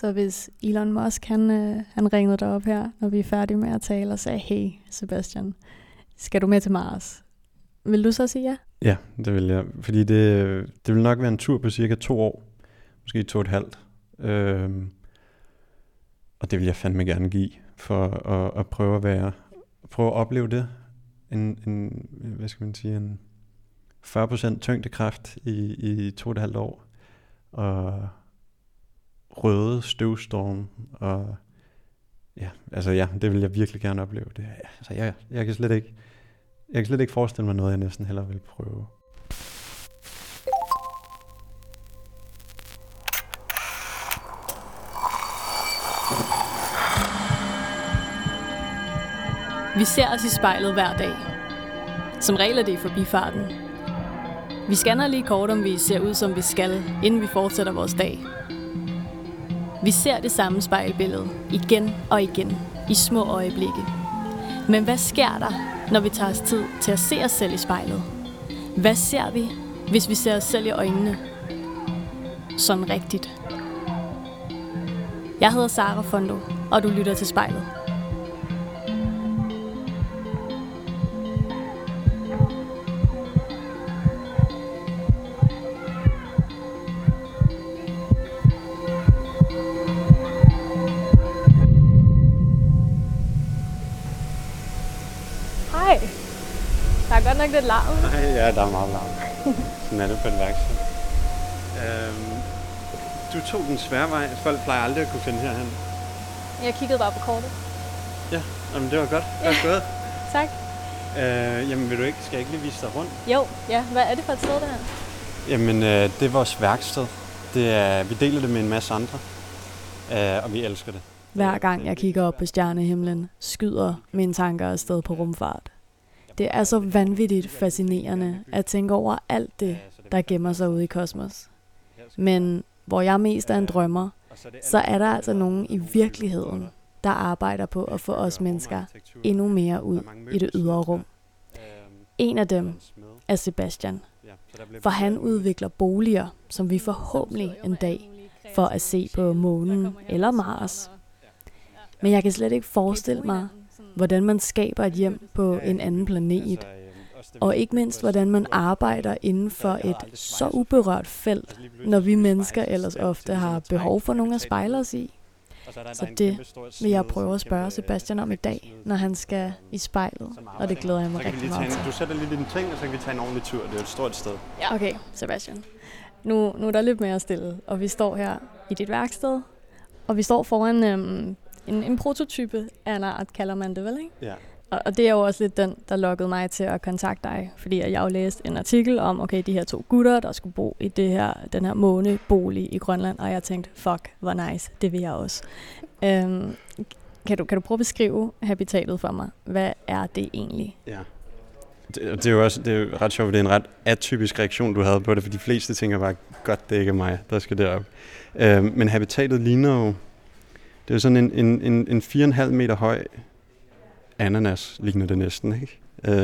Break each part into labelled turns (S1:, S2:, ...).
S1: Så hvis Elon Musk han ringede dig op her, når vi er færdige med at tale, og sagde, hey Sebastian, skal du med til Mars? Vil du så sige ja?
S2: Ja, det vil jeg. Fordi det vil nok være en tur på cirka 2 år. Måske 2,5. Og det vil jeg fandme gerne give, for at prøve at opleve det. Hvad skal man sige, en 40% tyngdekraft i 2,5 år. Og røde støvstorm. Og det vil jeg virkelig gerne opleve. Det, altså jeg kan slet ikke forestille mig noget, jeg næsten hellere vil prøve.
S1: Vi ser os i spejlet hver dag. Som regel er det i forbifarten. Vi scanner lige kort, om vi ser ud, som vi skal, inden vi fortsætter vores dag. Vi ser det samme spejlbillede igen og igen i små øjeblikke. Men hvad sker der, når vi tager os tid til at se os selv i spejlet? Hvad ser vi, hvis vi ser os selv i øjnene? Sådan rigtigt. Jeg hedder Sara Fondo, og du lytter til Spejlet. Hej. Der er godt nok lidt larm.
S2: Ja, der er meget larm. Sådan er det på et værksted. Du tog den svære vej. Folk plejer aldrig at kunne finde herhen.
S1: Jeg kiggede bare på kortet.
S2: Ja, jamen det var godt. Godt gået.
S1: Tak.
S2: Jamen skal jeg ikke lige vise dig rundt?
S1: Jo, ja. Hvad er det for et sted, det her?
S2: Jamen, det er vores værksted. Vi deler det med en masse andre, og vi elsker det.
S1: Hver gang jeg kigger op på stjernehimlen, skyder mine tanker afsted på rumfart. Det er så vanvittigt fascinerende at tænke over alt det, der gemmer sig ude i kosmos. Men hvor jeg mest er en drømmer, så er der altså nogen i virkeligheden, der arbejder på at få os mennesker endnu mere ud i det ydre rum. En af dem er Sebastian, for han udvikler boliger, som vi forhåbentlig en dag får at se på månen eller Mars. Men jeg kan slet ikke forestille mig, hvordan man skaber et hjem på en anden planet, og ikke mindst, hvordan man arbejder inden for et så uberørt felt, når vi mennesker ellers ofte har behov for nogen at spejle os i. Så det vil jeg prøve at spørge Sebastian om i dag, når han skal i spejlet, og det glæder jeg mig rigtig meget til.
S2: Du sætter lige dine ting, og så kan vi tage en ordentlig tur. Det er et stort sted.
S1: Ja. Okay, Sebastian. Nu er der lidt mere stille, og vi står her i dit værksted, og vi står foran en prototype af en art, kalder man det vel, ikke?
S2: Ja.
S1: Og det er jo også lidt den, der lokkede mig til at kontakte dig, fordi jeg jo læste en artikel om, okay, de her 2 gutter, der skulle bo i den her månebolig i Grønland, og jeg tænkte, fuck, hvor nice, det vil jeg også. Kan du prøve at beskrive habitatet for mig? Hvad er det egentlig?
S2: Ja. Det er jo ret sjovt, det er en ret atypisk reaktion, du havde på det, for de fleste tænker bare, godt, det er ikke mig, der skal derop. Men habitatet ligner jo, det er jo sådan en 4,5 meter høj ananas, ligner det næsten, ikke?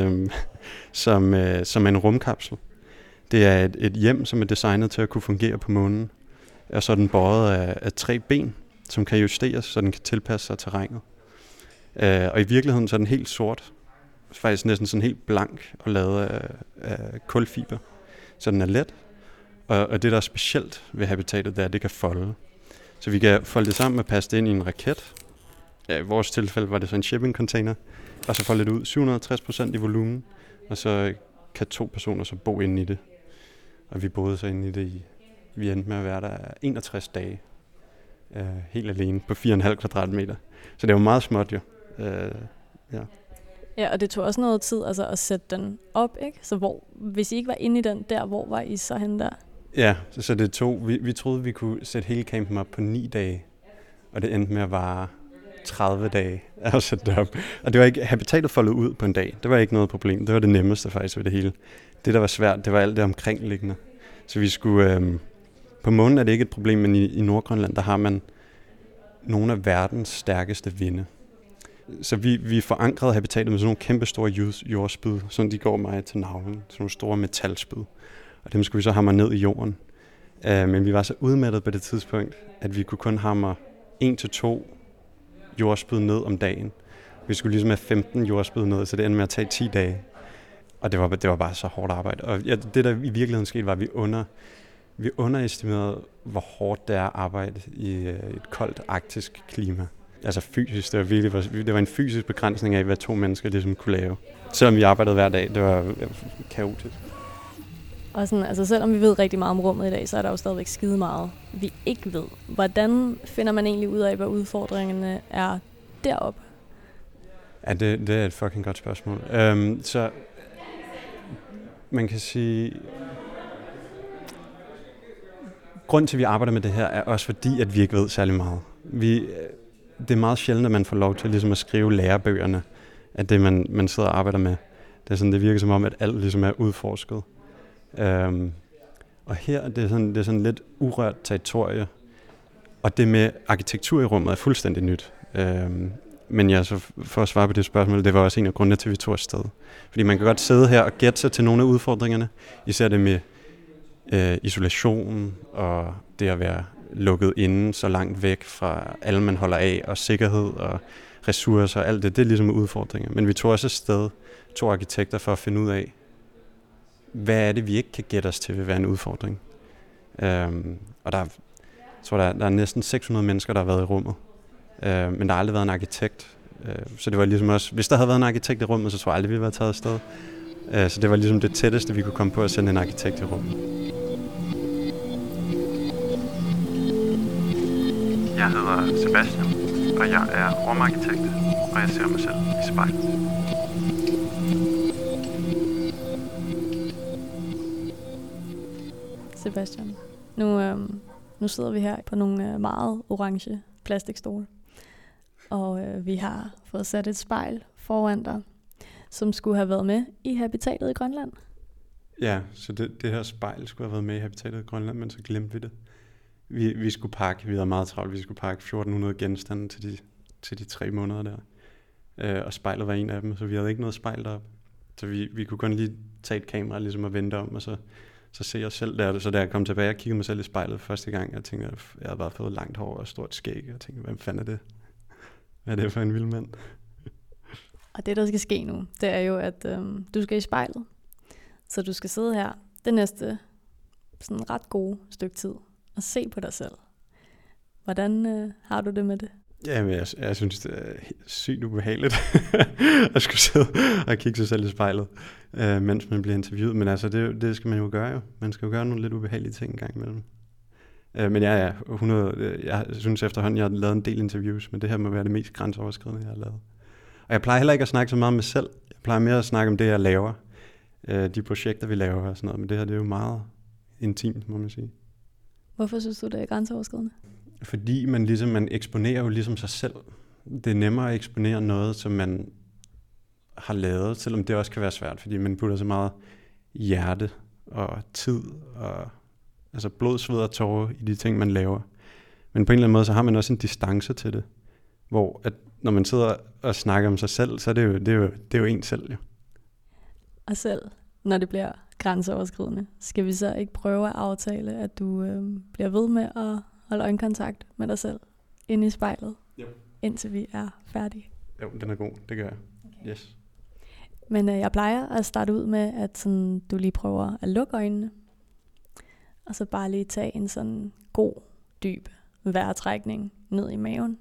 S2: Som er en rumkapsel. Det er et hjem, som er designet til at kunne fungere på månen. Og så er den båret af 3 ben, som kan justeres, så den kan tilpasse sig terrænet. Og i virkeligheden så er den helt sort. Faktisk næsten sådan helt blank og lavet af kulfiber. Så den er let. Og det, der er specielt ved habitatet, det er, at det kan folde. Så vi kan folde det sammen og passe det ind i en raket. Ja, i vores tilfælde var det så en shipping container. Og så folde det ud 760% i volumen. Og så kan 2 personer så bo inde i det. Og vi boede så inde i det vi endte med at være der 61 dage. Helt alene på 4,5 kvadratmeter. Så det var meget småt jo. Ja.
S1: Ja, og det tog også noget tid altså, at sætte den op, ikke? Så hvis I ikke var inde i den der, hvor var I så henne der?
S2: Ja, så det tog, vi troede, vi kunne sætte hele campen op på 9 dage. Og det endte med at vare 30 dage at sætte det op. Og det var ikke habitatet foldet ud på en dag. Det var ikke noget problem. Det var det nemmeste faktisk ved det hele. Det, der var svært, det var alt det omkringliggende. Så vi skulle... på månen er det ikke et problem, men i Nordgrønland, der har man nogle af verdens stærkeste vinde. Så vi forankrede habitatet med sådan nogle kæmpe store jordspyd, som de går mig til navlen. Sådan nogle store metalspyd. Og dem skulle vi så hamre ned i jorden. Men vi var så udmattet på det tidspunkt, at vi kunne kun hamre 1-2 jordspyd ned om dagen. Vi skulle ligesom have 15 jordspyd ned, så det endte med at tage 10 dage. Og det var bare så hårdt arbejde. Og det, der i virkeligheden skete, var, at vi underestimerede, hvor hårdt det er at arbejde i et koldt arktisk klima. Altså fysisk, det var en fysisk begrænsning af, hvad 2 mennesker ligesom kunne lave. Selvom vi arbejdede hver dag, det var kaotisk.
S1: Og sådan, altså selvom vi ved rigtig meget om rummet i dag, så er der jo stadigvæk skide meget, vi ikke ved. Hvordan finder man egentlig ud af, hvad udfordringerne er deroppe?
S2: Ja, det er et fucking godt spørgsmål. Så man kan sige, grunden til, at vi arbejder med det her, er også fordi, at vi ikke ved særlig meget. Det er meget sjældent, at man får lov til ligesom at skrive lærebøgerne af det, man sidder og arbejder med. Det er sådan, det virker som om, at alt ligesom er udforsket. Og her det er sådan lidt urørt territorie. Og det med arkitektur i rummet er fuldstændig nyt. Men ja, så for at svare på det spørgsmål, det var også en af grundene til, at vi tog afsted. Fordi man kan godt sidde her og gætte sig til nogle af udfordringerne. Især det med isolation og det at være lukket inde så langt væk fra alle, man holder af, og sikkerhed og ressourcer og alt det. Det er ligesom udfordringer. Men vi tog også afsted, 2 arkitekter, for at finde ud af, hvad er det, vi ikke kan gætte os til ved være en udfordring. Og der er næsten 600 mennesker, der har været i rummet. Men der har aldrig været en arkitekt. Så det var ligesom også, hvis der havde været en arkitekt i rummet, så tror jeg aldrig, vi havde været taget afsted. Så det var ligesom det tætteste, vi kunne komme på at sende en arkitekt i rummet. Jeg hedder Sebastian, og jeg er rumarkitekt, og jeg ser mig selv i spejlet.
S1: Sebastian, nu sidder vi her på nogle meget orange plastikstole, og vi har fået sat et spejl foran dig, som skulle have været med i Habitatet i Grønland.
S2: Ja, så det her spejl skulle have været med i Habitatet i Grønland, men så glemte vi det. Vi skulle pakke, vi havde meget travlt, vi skulle pakke 1400 genstande til de 3 måneder der. Og spejlet var en af dem, så vi havde ikke noget spejl deroppe. Så vi kunne kun lige tage et kamera ligesom og vente om, og så se os selv der. Så da jeg kom tilbage og kiggede mig selv i spejlet første gang, jeg tænkte, at jeg havde bare fået langt hår og stort skæg, og jeg tænkte, hvad fanden er det? Hvad er det for en vild mand?
S1: Og det, der skal ske nu, det er jo, at du skal i spejlet. Så du skal sidde her det næste sådan ret gode stykke tid og se på dig selv. Hvordan har du det med det?
S2: Jamen, jeg synes, det er sygt ubehageligt at skulle sidde og kigge sig selv i spejlet, mens man bliver interviewet. Men altså, det skal man jo gøre jo. Man skal jo gøre nogle lidt ubehagelige ting en gang imellem. Men jeg synes efterhånden, jeg har lavet en del interviews, men det her må være det mest grænseoverskridende, jeg har lavet. Og jeg plejer heller ikke at snakke så meget om mig selv. Jeg plejer mere at snakke om det, jeg laver. De projekter, vi laver og sådan noget. Men det her, det er jo meget intimt, må man sige.
S1: Hvorfor synes du, det er grænseoverskridende?
S2: Fordi man eksponerer jo ligesom sig selv. Det er nemmere at eksponere noget, som man har lavet, selvom det også kan være svært, fordi man putter så meget hjerte og tid og altså blod, sved og tårer i de ting, man laver. Men på en eller anden måde, så har man også en distance til det, hvor at når man sidder og snakker om sig selv, så er det er jo en selv. Jo.
S1: Og selv, når det bliver grænseoverskridende, skal vi så ikke prøve at aftale, at du bliver ved med at holde øjenkontakt med dig selv inde i spejlet, indtil vi er færdige?
S2: Jo, den er god. Det gør jeg. Okay. Yes.
S1: Men jeg plejer at starte ud med, at sådan, du lige prøver at lukke øjnene, og så bare lige tage en sådan god, dyb vejrtrækning ned i maven.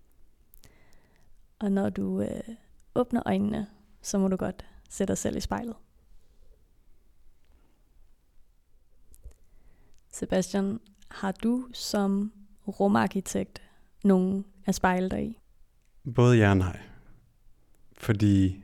S1: Og når du åbner øjnene, så må du godt sætte dig selv i spejlet. Sebastian, har du som rumarkitekt nogen at spejle dig i?
S2: Både ja og nej. Fordi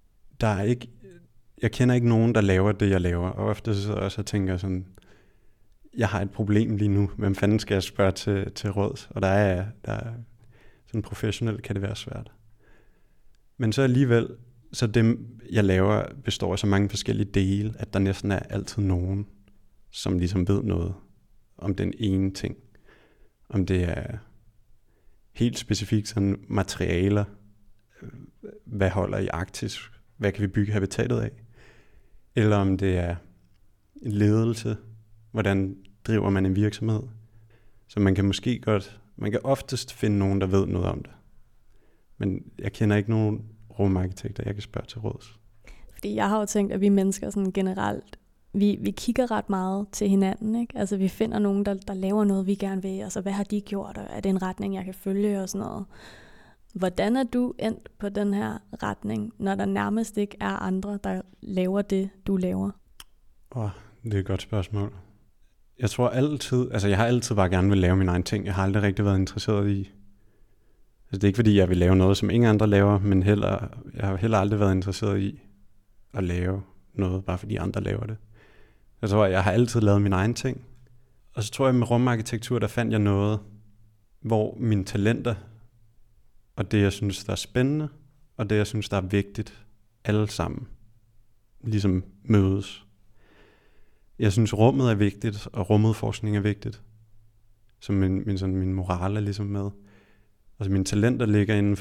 S2: jeg kender ikke nogen, der laver det, jeg laver. Og ofte så også tænker sådan, jeg har et problem lige nu. Hvem fanden skal jeg spørge til råds? Og der er sådan professionelt kan det være svært. Men så alligevel, så dem, jeg laver, består af så mange forskellige dele, at der næsten er altid nogen, som ligesom ved noget om den ene ting. Om det er helt specifikt sådan materialer, hvad holder i Arktis, hvad kan vi bygge habitatet af, eller om det er ledelse, hvordan driver man en virksomhed. Så man kan måske godt Man kan oftest finde nogen, der ved noget om det. Men jeg kender ikke nogen rumarkitekter, jeg kan spørge til råds.
S1: Fordi jeg har jo tænkt, at vi mennesker sådan generelt, vi kigger ret meget til hinanden, ikke? Altså vi finder nogen, der laver noget, vi gerne vil, og så hvad har de gjort, og er det en retning, jeg kan følge og sådan noget. Hvordan er du endt på den her retning, når der nærmest ikke er andre, der laver det, du laver?
S2: Det er et godt spørgsmål. Jeg tror altid, altså jeg har altid bare gerne vil lave min egen ting. Jeg har aldrig rigtig været interesseret i, altså det er ikke fordi, jeg vil lave noget, som ingen andre laver, men jeg har heller aldrig været interesseret i at lave noget, bare fordi andre laver det. Jeg tror, jeg har altid lavet min egen ting. Og så tror jeg, med rumarkitektur, der fandt jeg noget, hvor mine talenter, og det, jeg synes, der er spændende, og det, jeg synes, der er vigtigt, alle sammen ligesom mødes. Jeg synes, rummet er vigtigt, og rumudforskning er vigtigt. Så min moral er ligesom med. Altså mine talenter ligger inden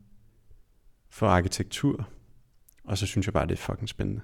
S2: for arkitektur, og så synes jeg bare, det er fucking spændende.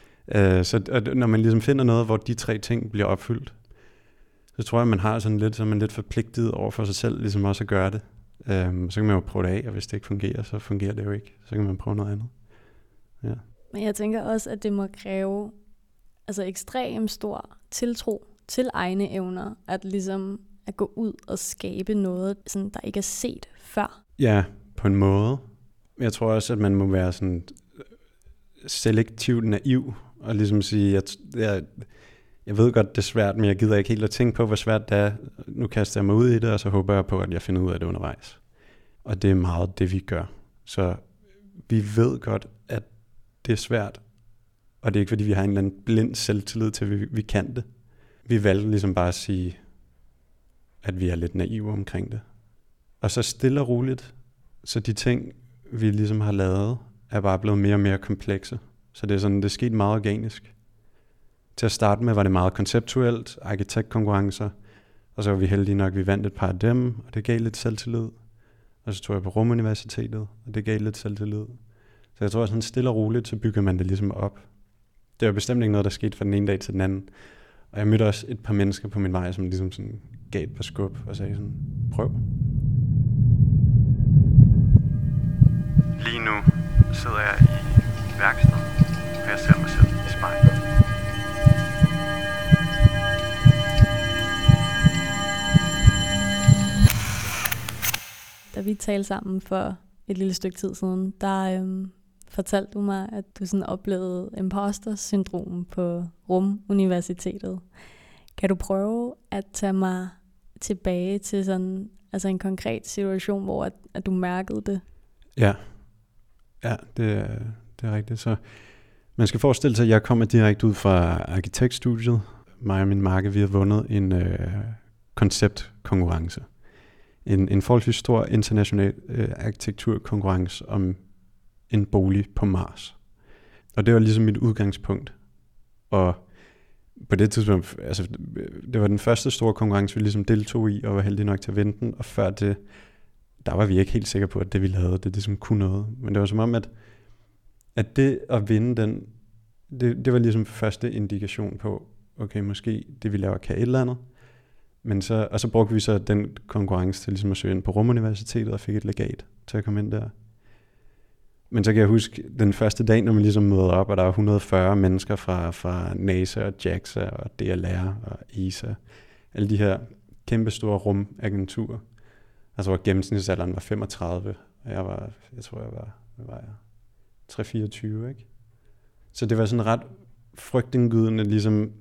S2: Så når man ligesom finder noget, hvor de 3 ting bliver opfyldt, så tror jeg, man har sådan lidt, så man lidt forpligtet over for sig selv, ligesom også at gøre det. Så kan man jo prøve det af, og hvis det ikke fungerer, så fungerer det jo ikke. Så kan man prøve noget andet. Ja.
S1: Men jeg tænker også, at det må kræve altså ekstremt stor tiltro til egne evner, at ligesom at gå ud og skabe noget, sådan, der ikke er set før.
S2: Ja, på en måde. Jeg tror også, at man må være sådan selektivt naiv, og ligesom sige, jeg ved godt, det er svært, men jeg gider ikke helt at tænke på, hvor svært det er. Nu kaster jeg mig ud i det, og så håber jeg på, at jeg finder ud af det undervejs. Og det er meget det, vi gør. Så vi ved godt, at det er svært, og det er ikke, fordi vi har en eller anden blind selvtillid til, at vi kan det. Vi valgte ligesom bare at sige, at vi er lidt naive omkring det. Og så stille og roligt, så de ting, vi ligesom har lavet, er bare blevet mere og mere komplekse. Så det er sådan, det skete meget organisk. Til at starte med var det meget konceptuelt, arkitektkonkurrencer, og så var vi heldige nok, at vi vandt et par af dem, og det gav lidt selvtillid. Og så tog jeg på Rumuniversitetet, og det gav lidt selvtillid. Så jeg tror, sådan stille og roligt, så bygger man det ligesom op. Det var bestemt ikke noget, der skete fra den ene dag til den anden. Og jeg mødte også et par mennesker på min vej, som ligesom sådan gav et par skub og sagde sådan, prøv. Lige nu sidder jeg i værkstedet, og jeg ser mig selv i spejlet.
S1: Da vi talte sammen for et lille stykke tid siden, der fortalte du mig, at du sådan oplevede imposter-syndrom på Rumuniversitetet. Kan du prøve at tage mig tilbage til sådan, altså en konkret situation, hvor at du mærkede det?
S2: Ja, det er rigtigt. Så man skal forestille sig, at jeg kommer direkte ud fra arkitektstudiet. Mig og min makke, vi har vundet en konceptkonkurrence. En forholdsvis stor international arkitekturkonkurrence om en bolig på Mars. Og det var ligesom mit udgangspunkt. Og på det tidspunkt, altså det var den første store konkurrence, vi ligesom deltog i, og var heldige nok til at vinde den. Og før det, der var vi ikke helt sikre på, at det vi lavede, det ligesom kunne noget. Men det var som om, at det at vinde den, det var ligesom første indikation på, okay, måske det vi laver kan et eller andet. Men så brugte vi så den konkurrence til ligesom at søge ind på Rumuniversitetet og fik et legat til at komme ind der. Men så kan jeg huske den første dag, når man ligesom møder op, og der er 140 mennesker fra NASA og JAXA og DLR og ESA. Alle de her kæmpe store rumagenturer. Altså hvor gennemsnitsalderen var 35, og jeg tror jeg var 3-24, ikke? Så det var sådan ret frygtindgydende, ligesom,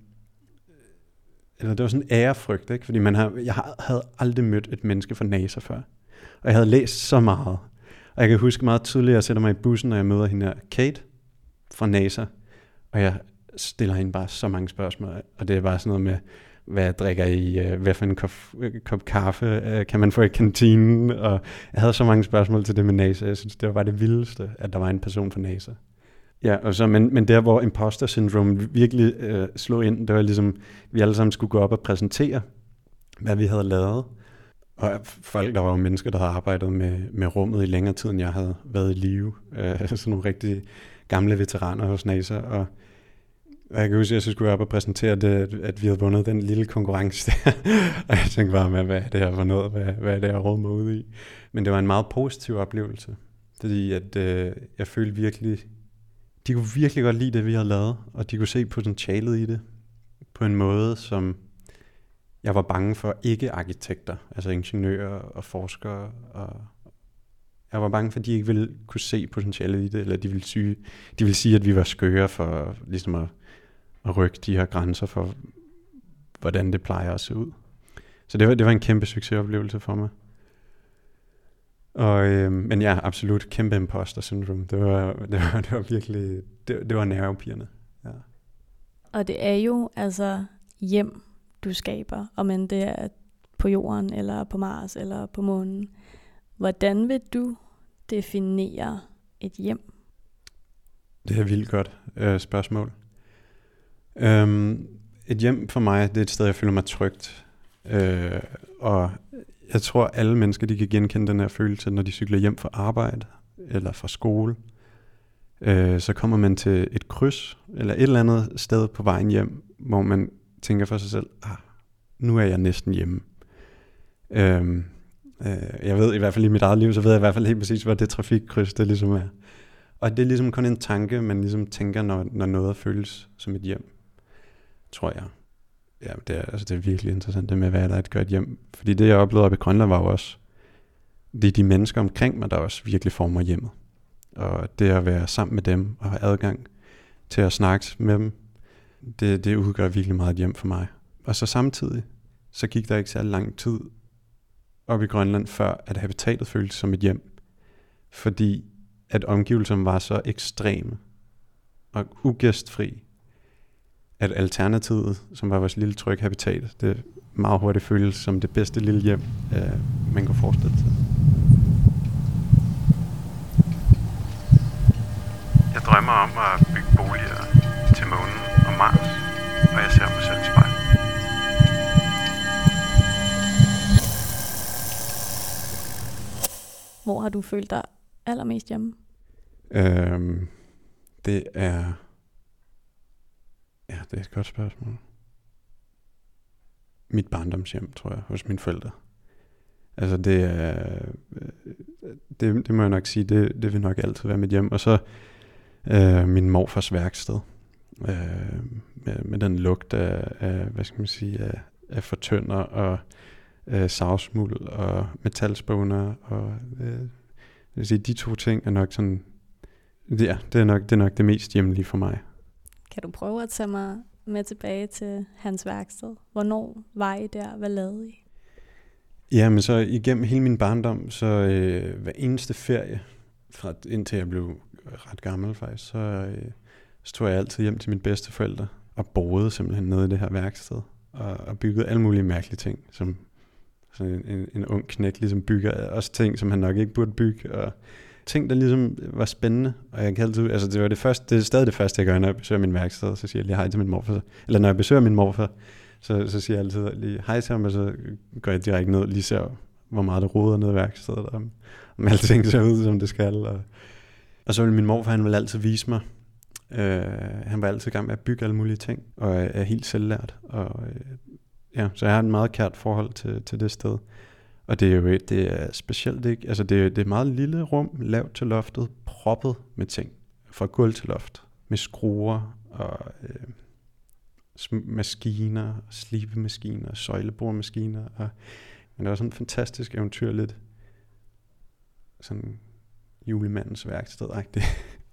S2: eller det var sådan en ærefrygt, ikke? Fordi jeg havde aldrig mødt et menneske fra NASA før. Og jeg havde læst så meget. Og jeg kan huske meget tydeligt, at jeg sætter mig i bussen, når jeg møder hende her, Kate fra NASA. Og jeg stiller hende bare så mange spørgsmål. Og det er bare sådan noget med, hvad drikker I, hvad for en kop kaffe kan man få i kantinen? Og jeg havde så mange spørgsmål til det med NASA. Jeg synes, det var bare det vildeste, at der var en person fra NASA. Ja, og så, men der, hvor imposter syndrome virkelig slog ind, det var ligesom, vi alle sammen skulle gå op og præsentere, hvad vi havde lavet. Og folk, der var jo mennesker, der havde arbejdet med rummet i længere tid, end jeg havde været i live. Sådan nogle rigtig gamle veteraner hos NASA. Og Og jeg kan huske, at jeg skulle op og præsentere det, at vi havde vundet den lille konkurrence der. Og jeg tænkte bare, hvad er det her for noget? Hvad er det, jeg råd mig ud i? Men det var en meget positiv oplevelse. Fordi at jeg følte virkelig, de kunne virkelig godt lide det, vi havde lavet. Og de kunne se potentialet i det. På en måde, som jeg var bange for ikke-arkitekter. Altså ingeniører og forskere. Og jeg var bange for, at de ikke ville kunne se potentialet i det. Eller de ville sige, at vi var skøre for ligesom at rykke de her grænser for, hvordan det plejer at se ud. Så det var en kæmpe succesoplevelse for mig. Men ja, absolut kæmpe imposter syndrome. Det var virkelig, det var nervepirrende. Ja.
S1: Og det er jo altså hjem, du skaber, om end det er på jorden, eller på Mars, eller på månen. Hvordan vil du definere et hjem?
S2: Det er et vildt godt spørgsmål. Et hjem for mig, det er et sted, jeg føler mig trygt. Og jeg tror, alle mennesker, de kan genkende den her følelse, når de cykler hjem fra arbejde eller fra skole. Så kommer man til et kryds, eller et eller andet sted på vejen hjem, hvor man tænker for sig selv, nu er jeg næsten hjemme. Jeg ved i hvert fald i mit eget liv, så ved jeg i hvert fald helt præcis, hvad det trafikkryds det ligesom er. Og det er ligesom kun en tanke, man ligesom tænker, når noget føles som et hjem, tror jeg. Ja, det er virkelig interessant det med, hvad der er et godt hjem. Fordi det, jeg oplevede oppe i Grønland, var jo også, det er de mennesker omkring mig, der også virkelig former hjemmet. Og det at være sammen med dem, og have adgang til at snakke med dem, det udgør virkelig meget et hjem for mig. Og så samtidig, så gik der ikke særlig lang tid oppe i Grønland, før at habitatet føltes som et hjem. Fordi at omgivelserne var så ekstreme og ugæstfri, at alternativet, som var vores lille trygge habitat, det meget hurtigt føles som det bedste lille hjem, man kan forestille sig. Jeg drømmer om at bygge boliger til månen og Mars, og jeg ser mig selv i spejlet.
S1: Hvor har du følt dig allermest hjemme?
S2: Det er et godt spørgsmål. Mit barndomshjem, tror jeg, hos mine forældre. Altså det må jeg nok sige, det vil nok altid være mit hjem. Og så min morfars værksted. Med den lugt af hvad skal man sige, af fortønder og savsmuld og metalspåner. Og det vil sige, de to ting er nok sådan, ja, det er nok det mest hjemlige for mig.
S1: Kan du prøve at tage mig med tilbage til hans værksted? Hvornår var I der? Hvad lavede I?
S2: Ja, men så igennem hele min barndom, så hver eneste ferie, indtil jeg blev ret gammel faktisk, så tog jeg altid hjem til mine bedsteforældre og boede simpelthen nede i det her værksted og byggede alle mulige mærkelige ting, som sådan en ung knægt ligesom bygger, også ting, som han nok ikke burde bygge, og ting, der ligesom var spændende, og jeg kan altid, altså det er stadig det første, jeg gør, når jeg besøger min værksted, så siger jeg lige hej til min morfar, eller når jeg besøger min morfar, så siger jeg altid lige hej til ham, og så går jeg direkte ned og lige ser, hvor meget det roder ned i værkstedet, om alting ser ud, som det skal, og så vil min morfar, han vil altid vise mig, han var altid i gang med at bygge alle mulige ting, og er helt selvlært, og ja, så jeg har et meget kært forhold til det sted. Og det er specielt ikke, altså det er et meget lille rum, lavt til loftet, proppet med ting, fra gulv til loft, med skruer og maskiner, slibemaskiner, søjlebordmaskiner, men det er også sådan et fantastisk eventyrligt, sådan julemandens værksted-agtigt.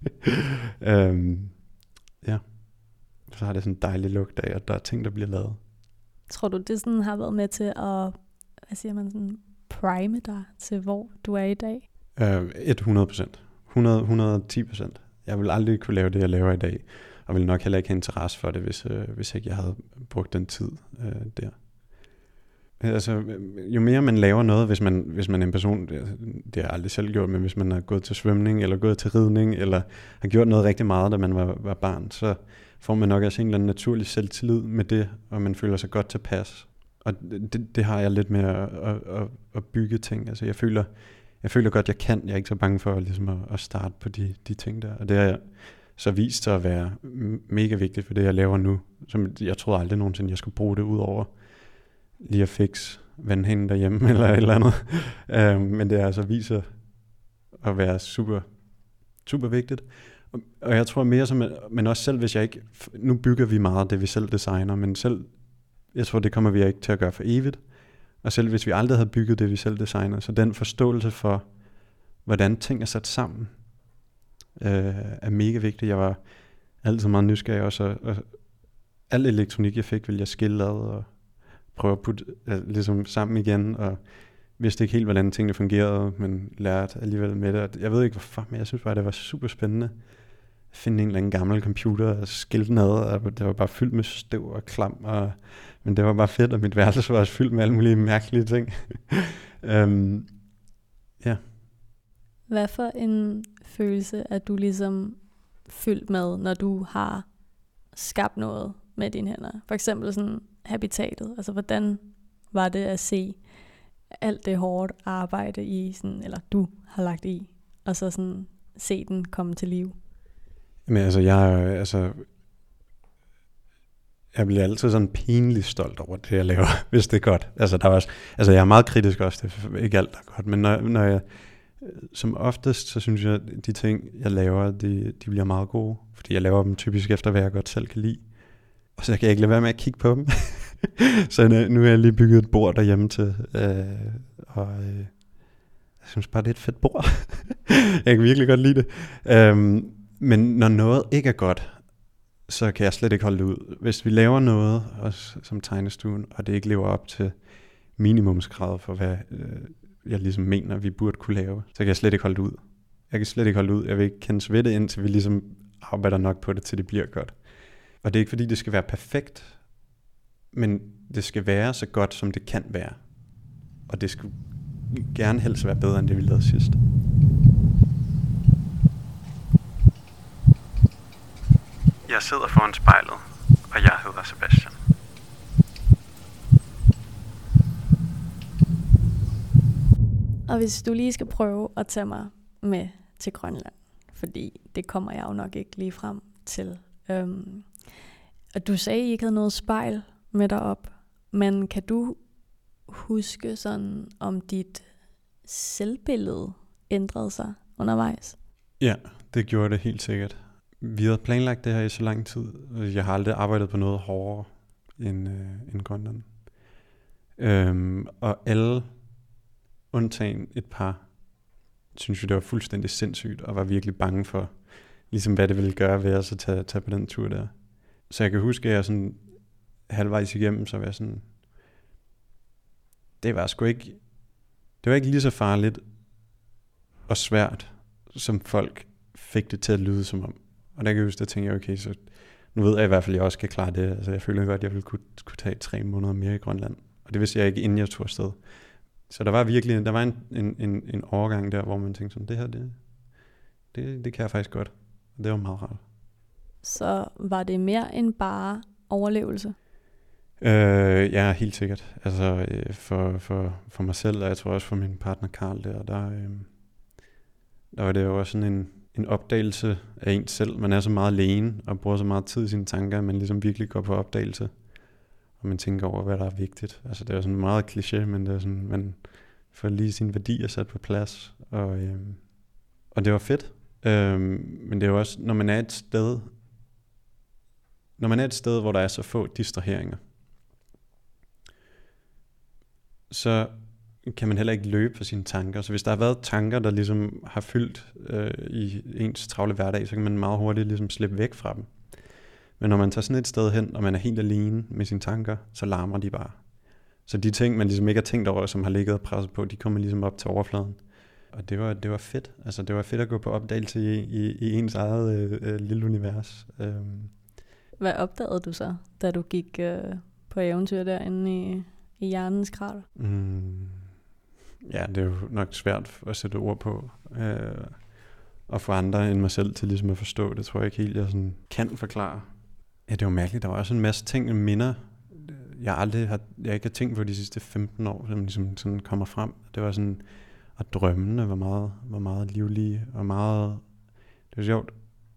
S2: Ja, så har det sådan en dejlig lugt af, at der er ting, der bliver lavet.
S1: Tror du, det sådan har været med til at, hvad siger man, sådan prime dig til, hvor du er i dag?
S2: 100%. 110%. Jeg vil aldrig kunne lave det, jeg laver i dag, og vil nok heller ikke have interesse for det, hvis ikke jeg havde brugt den tid der. Altså, jo mere man laver noget, hvis man er en person, det har jeg aldrig selv gjort, men hvis man har gået til svømning, eller gået til ridning, eller har gjort noget rigtig meget, da man var barn, så får man nok også en eller anden naturlig selvtillid med det, og man føler sig godt tilpas. Og det har jeg lidt med at bygge ting. Altså, jeg føler godt, jeg kan. Jeg er ikke så bange for ligesom at starte på de ting der. Og det så vist sig at være mega vigtigt for det, jeg laver nu. Som jeg troede aldrig nogensinde, jeg skulle bruge det ud over lige at fikse vandhænden derhjemme eller et eller andet. Men det er altså viser at være super, super vigtigt. Og jeg tror mere som, men også selv hvis jeg ikke, nu bygger vi meget af det, vi selv designer, men selv, jeg tror det kommer vi ikke til at gøre for evigt. Og selv hvis vi aldrig havde bygget det, vi selv designer, så den forståelse for, hvordan ting er sat sammen, er mega vigtig. Jeg var altid meget nysgerrig også, og al elektronik jeg fik, ville jeg skille ad og prøve at putte ligesom sammen igen, og vidste ikke helt, hvordan tingene fungerede, men lærte alligevel med det. Jeg ved ikke hvorfor, men jeg synes bare, det var super spændende at finde en eller anden gammel computer og skille den ad, og det var bare fyldt med støv og klam, men det var bare fedt, og mit værelse var også fyldt med alle mulige mærkelige ting. Ja.
S1: Hvad for en følelse er du ligesom fyldt med, når du har skabt noget med dine hænder? For eksempel sådan habitatet. Altså hvordan var det at se alt det hårdt arbejde i, sådan, eller du har lagt i, og så sådan se den komme til live?
S2: Men altså, jeg bliver altid sådan pinligt stolt over det, jeg laver, hvis det er godt. Altså, jeg er meget kritisk også, det er ikke alt, der er godt, men når jeg, som oftest, så synes jeg, at de ting, jeg laver, de bliver meget gode, fordi jeg laver dem typisk efter, hvad jeg godt selv kan lide. Og så kan jeg ikke lade være med at kigge på dem. Så nu har jeg lige bygget et bord derhjemme til, og jeg synes bare, det er et fedt bord. Jeg kan virkelig godt lide det. Men når noget ikke er godt, så kan jeg slet ikke holde det ud. Hvis vi laver noget, også som tegnestuen, og det ikke lever op til minimumskravet for, hvad jeg ligesom mener, vi burde kunne lave, så kan jeg slet ikke holde det ud. Jeg kan slet ikke holde det ud. Jeg vil ikke kendes ved det, indtil vi ligesom arbejder nok på det, til det bliver godt. Og det er ikke fordi, det skal være perfekt, men det skal være så godt, som det kan være. Og det skal gerne helst være bedre, end det vi lavede sidst. Jeg sidder foran spejlet, og jeg hedder Sebastian.
S1: Og hvis du lige skal prøve at tage mig med til Grønland, fordi det kommer jeg jo nok ikke lige frem til. Og du sagde, at I ikke havde noget spejl med derop, men kan du huske sådan, om dit selvbillede ændrede sig undervejs?
S2: Ja, det gjorde det helt sikkert. Vi havde planlagt det her i så lang tid. Jeg har aldrig arbejdet på noget hårdere end Grønland. Og alle, undtagen et par, synes jeg, det var fuldstændig sindssygt, og var virkelig bange for, ligesom hvad det ville gøre ved os at tage på den tur der. Så jeg kan huske, at jeg sådan halvvejs igennem, så var jeg sådan, det var ikke lige så farligt og svært, som folk fik det til at lyde som om. Og der kan jeg huske, at tænke, okay, så nu ved jeg i hvert fald, at jeg også kan klare det. Altså jeg føler godt, at jeg ville kunne tage 3 måneder mere i Grønland. Og det vidste jeg ikke, inden jeg tog afsted. Så der var en overgang der, hvor man tænkte sådan, det her, det kan jeg faktisk godt. Og det var meget rart.
S1: Så var det mere end bare overlevelse?
S2: Ja, helt sikkert. Altså for mig selv, og jeg tror også for min partner Karl der var det jo også sådan en opdagelse af ens selv. Man er så meget alene og bruger så meget tid i sine tanker, at man ligesom virkelig går på opdagelse. Og man tænker over, hvad der er vigtigt. Altså det er sådan meget kliché, men det er sådan, man får lige sine værdier sat på plads. Og det var fedt. Men det er jo også, når man er et sted, hvor der er så få distraheringer, så kan man heller ikke løbe for sine tanker. Så hvis der har været tanker, der ligesom har fyldt i ens travle hverdag, så kan man meget hurtigt ligesom slippe væk fra dem. Men når man tager sådan et sted hen, og man er helt alene med sine tanker, så larmer de bare. Så de ting, man ligesom ikke har tænkt over, som har ligget og presset på, de kommer ligesom op til overfladen. Og det var fedt. Altså det var fedt at gå på opdagelse i ens eget lille univers.
S1: Hvad opdagede du så, da du gik på eventyr derinde i hjernens krater?
S2: Ja, det er jo nok svært at sætte ord på. Og få andre end mig selv til ligesom at forstå. Det tror jeg ikke helt, jeg sådan kan forklare. Ja, det var mærkeligt. Der var også en masse ting, minder, jeg ikke har tænkt på de sidste 15 år, som ligesom sådan kommer frem. Det var sådan, at drømmene var meget livlige, og meget, det var sjovt.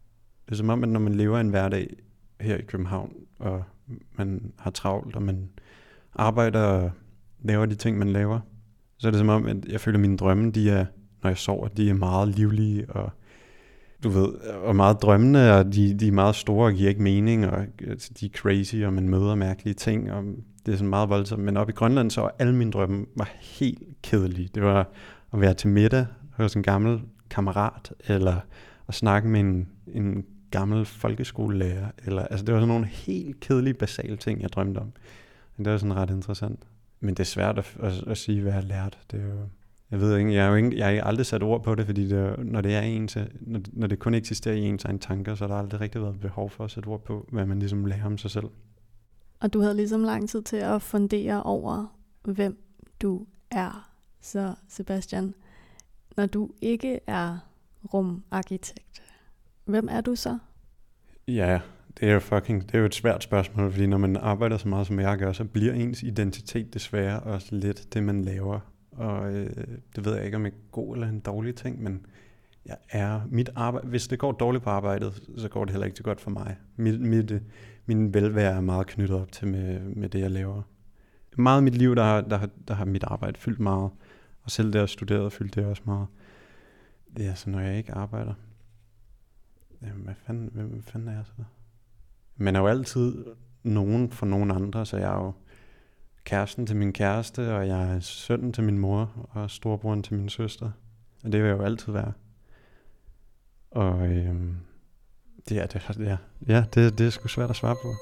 S2: Det er som om, at når man lever en hverdag her i København, og man har travlt, og man arbejder og laver de ting, man laver, så er det som om, at jeg føler, at mine drømme, når jeg sover, de er meget livlige, og du ved, og meget drømmende, og de er meget store og giver ikke mening, og altså, de er crazy, og man møder mærkelige ting, og det er sådan meget voldsomt. Men oppe i Grønland, så var alle mine drømme helt kedelige. Det var at være til middag hos en gammel kammerat, eller at snakke med en gammel folkeskolelærer, eller, altså det var sådan nogle helt kedelige, basale ting, jeg drømte om. Men det var sådan ret interessant. Men det er svært at sige, hvad jeg har lært. Det er jo, jeg ved ikke, jeg har aldrig sat ord på det, fordi når det kun eksisterer i ens egen tanker, så har der aldrig rigtig været behov for at sætte ord på, hvad man ligesom lærer om sig selv.
S1: Og du havde ligesom lang tid til at fundere over, hvem du er. Så Sebastian, når du ikke er rumarkitekt, hvem er du så?
S2: Ja, det er jo et svært spørgsmål, fordi når man arbejder så meget, som jeg gør, så bliver ens identitet desværre også lidt det, man laver. Og det ved jeg ikke, om det er en god eller en dårlig ting, men mit arbejde, hvis det går dårligt på arbejdet, så går det heller ikke så godt for mig. Min velvære er meget knyttet op til med det, jeg laver. Meget af mit liv, der har mit arbejde fyldt meget, og selv det, jeg studerede, fyldte det også meget. Det er så, når jeg ikke arbejder. Jamen, hvem fanden er jeg så? Man er jo altid nogen for nogen andre, så jeg er jo kæresten til min kæreste, og jeg er sønnen til min mor, og storebroren til min søster. Og det vil jeg jo altid være. Og det er sgu svært at svare på.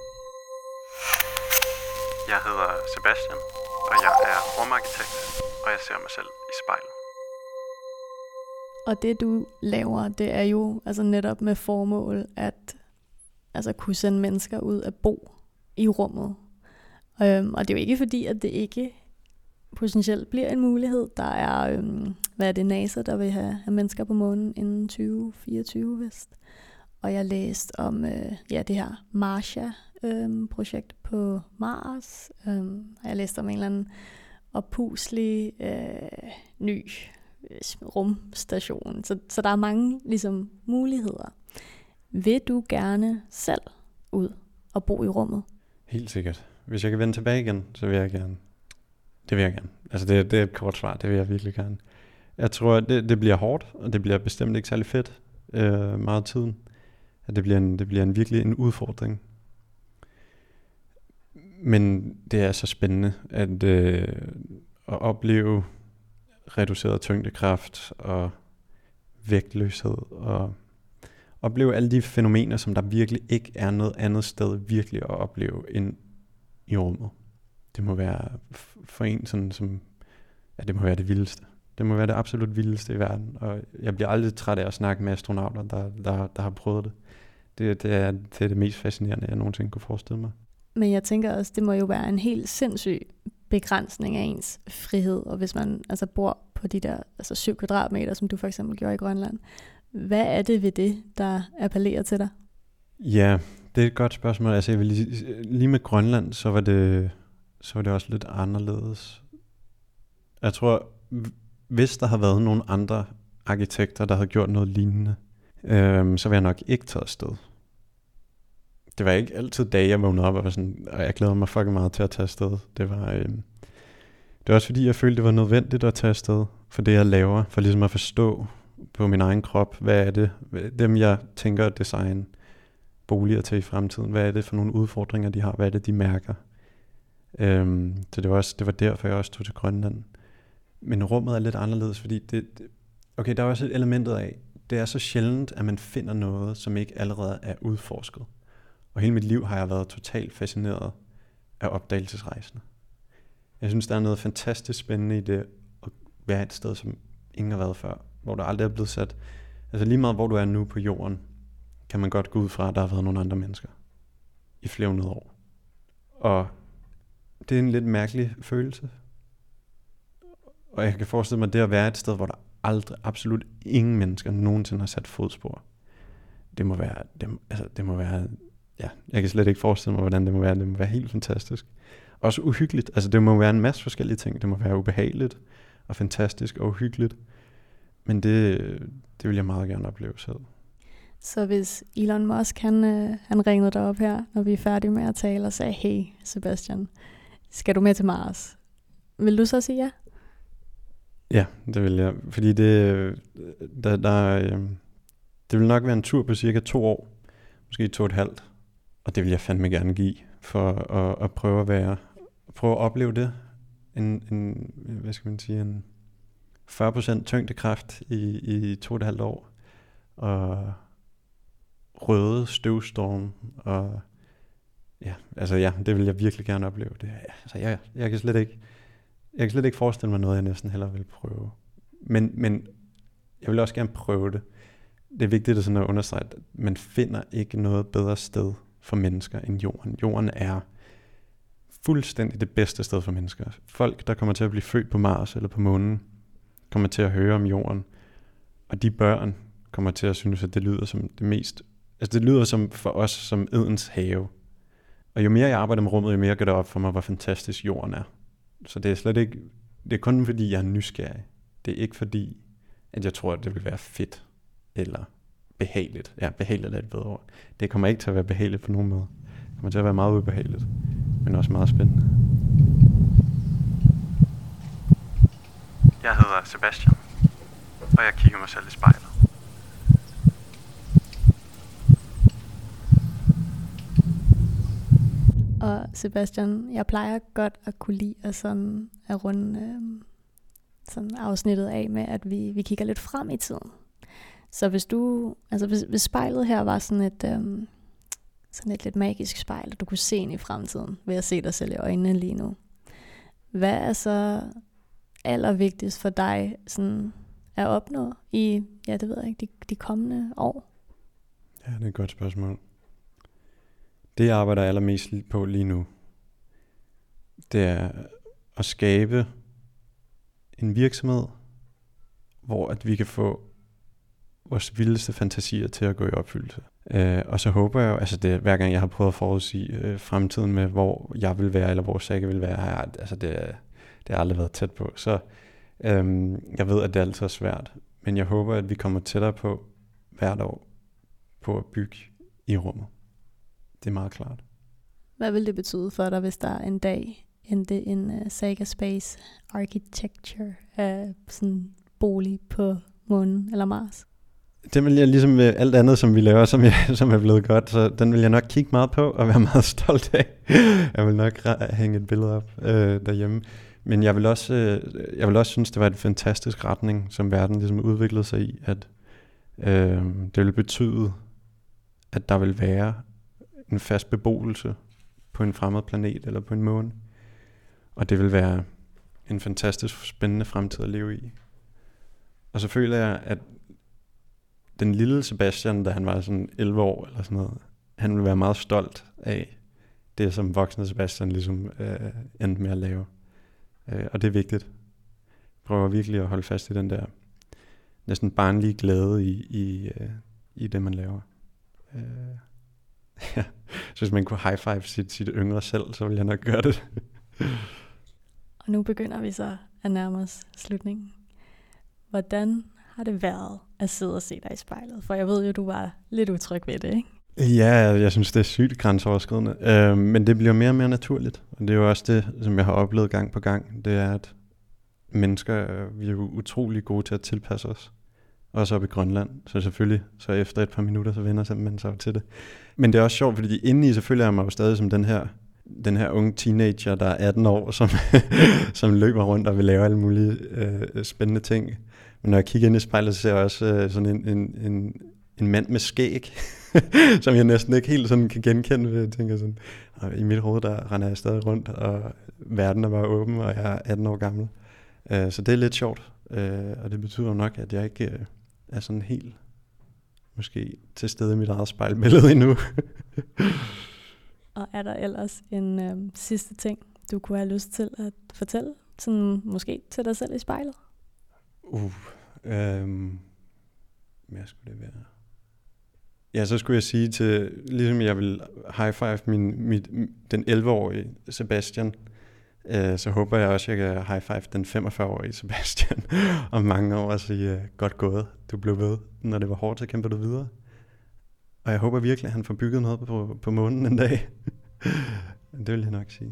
S2: Jeg hedder Sebastian, og jeg er rumarkitekt, og jeg ser mig selv i spejlet.
S1: Og det du laver, det er jo altså netop med formål at kunne sende mennesker ud at bo i rummet. Og det er jo ikke fordi, at det ikke potentielt bliver en mulighed. Der er, NASA, der vil have mennesker på månen inden 2024 vist. Og jeg læste om det her Marsia-projekt på Mars. Jeg læste om en eller anden oppuslig ny rumstation. Så der er mange ligesom muligheder. Vil du gerne selv ud og bo i rummet?
S2: Helt sikkert. Hvis jeg kan vende tilbage igen, så vil jeg gerne. Det vil jeg gerne. Altså det er et kort svar, det vil jeg virkelig gerne. Jeg tror, at det bliver hårdt, og det bliver bestemt ikke særlig fedt meget af tiden. At det bliver virkelig en udfordring. Men det er så spændende at opleve reduceret tyngdekraft og vægtløshed og opleve alle de fænomener, som der virkelig ikke er noget andet sted virkelig at opleve end i rummet. Det må være for en sådan som, det må være det vildeste. Det må være det absolut vildeste i verden, og jeg bliver aldrig træt af at snakke med astronauter, der har prøvet det. Det er det mest fascinerende, jeg nogensinde kunne forestille mig.
S1: Men jeg tænker også, det må jo være en helt sindssyg begrænsning af ens frihed, og hvis man bor på de der 7 kvadratmeter, som du for eksempel gjorde i Grønland. Hvad er det ved det, der appellerer til dig?
S2: Ja, det er et godt spørgsmål. Altså, jeg vil lige med Grønland, så var det også lidt anderledes. Jeg tror, hvis der havde været nogle andre arkitekter, der havde gjort noget lignende, så ville jeg nok ikke tage afsted. Det var ikke altid dage, jeg vågnede op og var sådan, og jeg glæder mig fucking meget til at tage afsted. Det var også fordi, jeg følte, det var nødvendigt at tage afsted for det, jeg laver, for ligesom at forstå på min egen krop, hvad er det, dem jeg tænker at designe boliger til i fremtiden, hvad er det for nogle udfordringer, de har, hvad er det, de mærker. Så det var derfor, jeg også tog til Grønland. Men rummet er lidt anderledes, fordi der er også et elementet af, det er så sjældent, at man finder noget, som ikke allerede er udforsket. Og hele mit liv har jeg været totalt fascineret af opdagelsesrejsende. Jeg synes, der er noget fantastisk spændende i det at være et sted, som ingen har været før, hvor der aldrig er blevet sat. Altså lige meget, hvor du er nu på jorden, kan man godt gå ud fra, at der har været nogle andre mennesker i flere 100 år. Og det er en lidt mærkelig følelse. Og jeg kan forestille mig, det at være et sted, hvor der absolut ingen mennesker nogensinde har sat fodspor. Det må være, jeg kan slet ikke forestille mig, hvordan det må være. Det må være helt fantastisk. Også uhyggeligt. Altså det må være en masse forskellige ting. Det må være ubehageligt og fantastisk og uhyggeligt. Men det vil jeg meget gerne opleve selv.
S1: Så hvis Elon Musk, han ringede dig op her, når vi er færdige med at tale, og sagde, hey Sebastian, skal du med til Mars? Vil du så sige ja?
S2: Ja, det vil jeg. Fordi det vil nok være en tur på cirka 2 år. Måske 2,5. Og det vil jeg fandme gerne give, for at prøve at opleve det. Hvad skal man sige, en 40% tyngdekraft i 2,5 år. Og røde støvstorm. Og ja, det vil jeg virkelig gerne opleve. Det, altså, jeg kan slet ikke forestille mig noget, jeg næsten hellere vil prøve. Men jeg vil også gerne prøve det. Det er vigtigt at understrege, at man finder ikke noget bedre sted for mennesker end jorden. Jorden er fuldstændig det bedste sted for mennesker. Folk, der kommer til at blive født på Mars eller på månen, kommer til at høre om jorden. Og de børn kommer til at synes, at det lyder som det mest... Altså det lyder som for os som Edens have. Og jo mere jeg arbejder med rummet, jo mere går det op for mig, hvor fantastisk jorden er. Så det er slet ikke... Det er kun fordi, jeg er nysgerrig. Det er ikke fordi, at jeg tror, at det vil være fedt eller behageligt. Ja, behageligt er et bedre ord. Det kommer ikke til at være behageligt på nogen måde. Det kommer til at være meget ubehageligt, men også meget spændende. Jeg hedder Sebastian, og jeg kigger mig selv i spejlet.
S1: Og Sebastian, jeg plejer godt at kunne lide at runde sådan afsnittet af med, at vi kigger lidt frem i tiden. Så hvis spejlet her var sådan et lidt magisk spejl, og du kunne se ind i fremtiden ved at se dig selv i øjnene lige nu. Hvad er så allervigtigst for dig sådan at opnå i, det ved jeg ikke, de kommende år?
S2: Ja, det er et godt spørgsmål. Det jeg arbejder allermest på lige nu, det er at skabe en virksomhed, hvor at vi kan få vores vildeste fantasier til at gå i opfyldelse. Og så håber jeg jo, det hver gang jeg har prøvet at forudsige fremtiden med, hvor jeg vil være, eller hvor Sække vil være, det har aldrig været tæt på. Så jeg ved, at det altid er svært, men jeg håber, at vi kommer tættere på hvert år på at bygge i rummet. Det er meget klart.
S1: Hvad vil det betyde for dig, hvis der en dag endte en Saga Space Architecture sådan bolig på månen eller Mars?
S2: Det vil jeg ligesom med alt andet, som vi laver, som er blevet godt, så den vil jeg nok kigge meget på og være meget stolt af. Jeg vil nok hænge et billede op derhjemme. Men jeg vil også synes, det var en fantastisk retning, som verden ligesom udviklede sig i, at det vil betyde, at der vil være en fast beboelse på en fremmed planet eller på en måne. Og det vil være en fantastisk spændende fremtid at leve i. Og så føler jeg, at den lille Sebastian, da han var sådan 11 år eller sådan noget, han ville være meget stolt af det, som voksne Sebastian ligesom endte med at lave. Og det er vigtigt. Jeg prøver virkelig at holde fast i den der næsten barnlige glæde i det, man laver. Ja. Så hvis man kunne high-five sit yngre selv, så ville jeg nok gøre det.
S1: Og nu begynder vi så at nærme os slutningen. Hvordan har det været at sidde og se dig i spejlet? For jeg ved jo, du var lidt utryg ved det, ikke?
S2: Ja, jeg synes, det er sygt grænseoverskridende. Men det bliver mere og mere naturligt. Og det er jo også det, som jeg har oplevet gang på gang. Det er, at mennesker vi er jo utrolig gode til at tilpasse os. Også oppe i Grønland. Så selvfølgelig, så efter et par minutter, så vender man sig til det. Men det er også sjovt, fordi indeni så føler jeg mig jo stadig som den her unge teenager, der er 18 år, som løber rundt og vil lave alle mulige spændende ting. Men når jeg kigger ind i spejlet, så ser jeg også sådan en mand med skæg, som jeg næsten ikke helt sådan kan genkende. Jeg tænker sådan, i mit hoved, der render jeg stadig rundt, og verden er bare åben, og jeg er 18 år gammel. Så det er lidt sjovt, og det betyder nok, at jeg ikke er sådan helt måske til stede i mit eget spejlbillede endnu.
S1: Og er der ellers en sidste ting, du kunne have lyst til at fortælle, sådan måske til dig selv i spejlet?
S2: Hvad skulle det være? Ja, så skulle jeg sige til, ligesom jeg vil high five den 11-årige Sebastian, så håber jeg også, at jeg kan high five den 45-årige Sebastian om mange år og sige, godt gået, du blev ved. Når det var hårdt, så kæmper du videre. Og jeg håber virkelig, at han får bygget noget på månen en dag. Det vil jeg nok sige.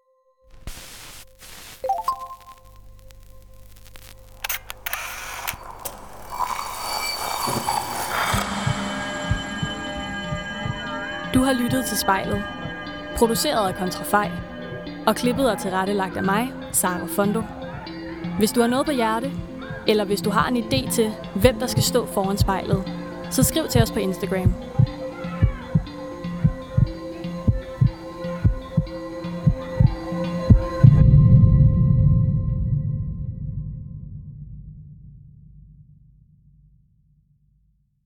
S1: Du har lyttet til Spejlet, produceret af Kontrafej, og klippet og tilrettelagt af mig, Sara Fondo. Hvis du har noget på hjerte, eller hvis du har en idé til, hvem der skal stå foran spejlet, så skriv til os på Instagram.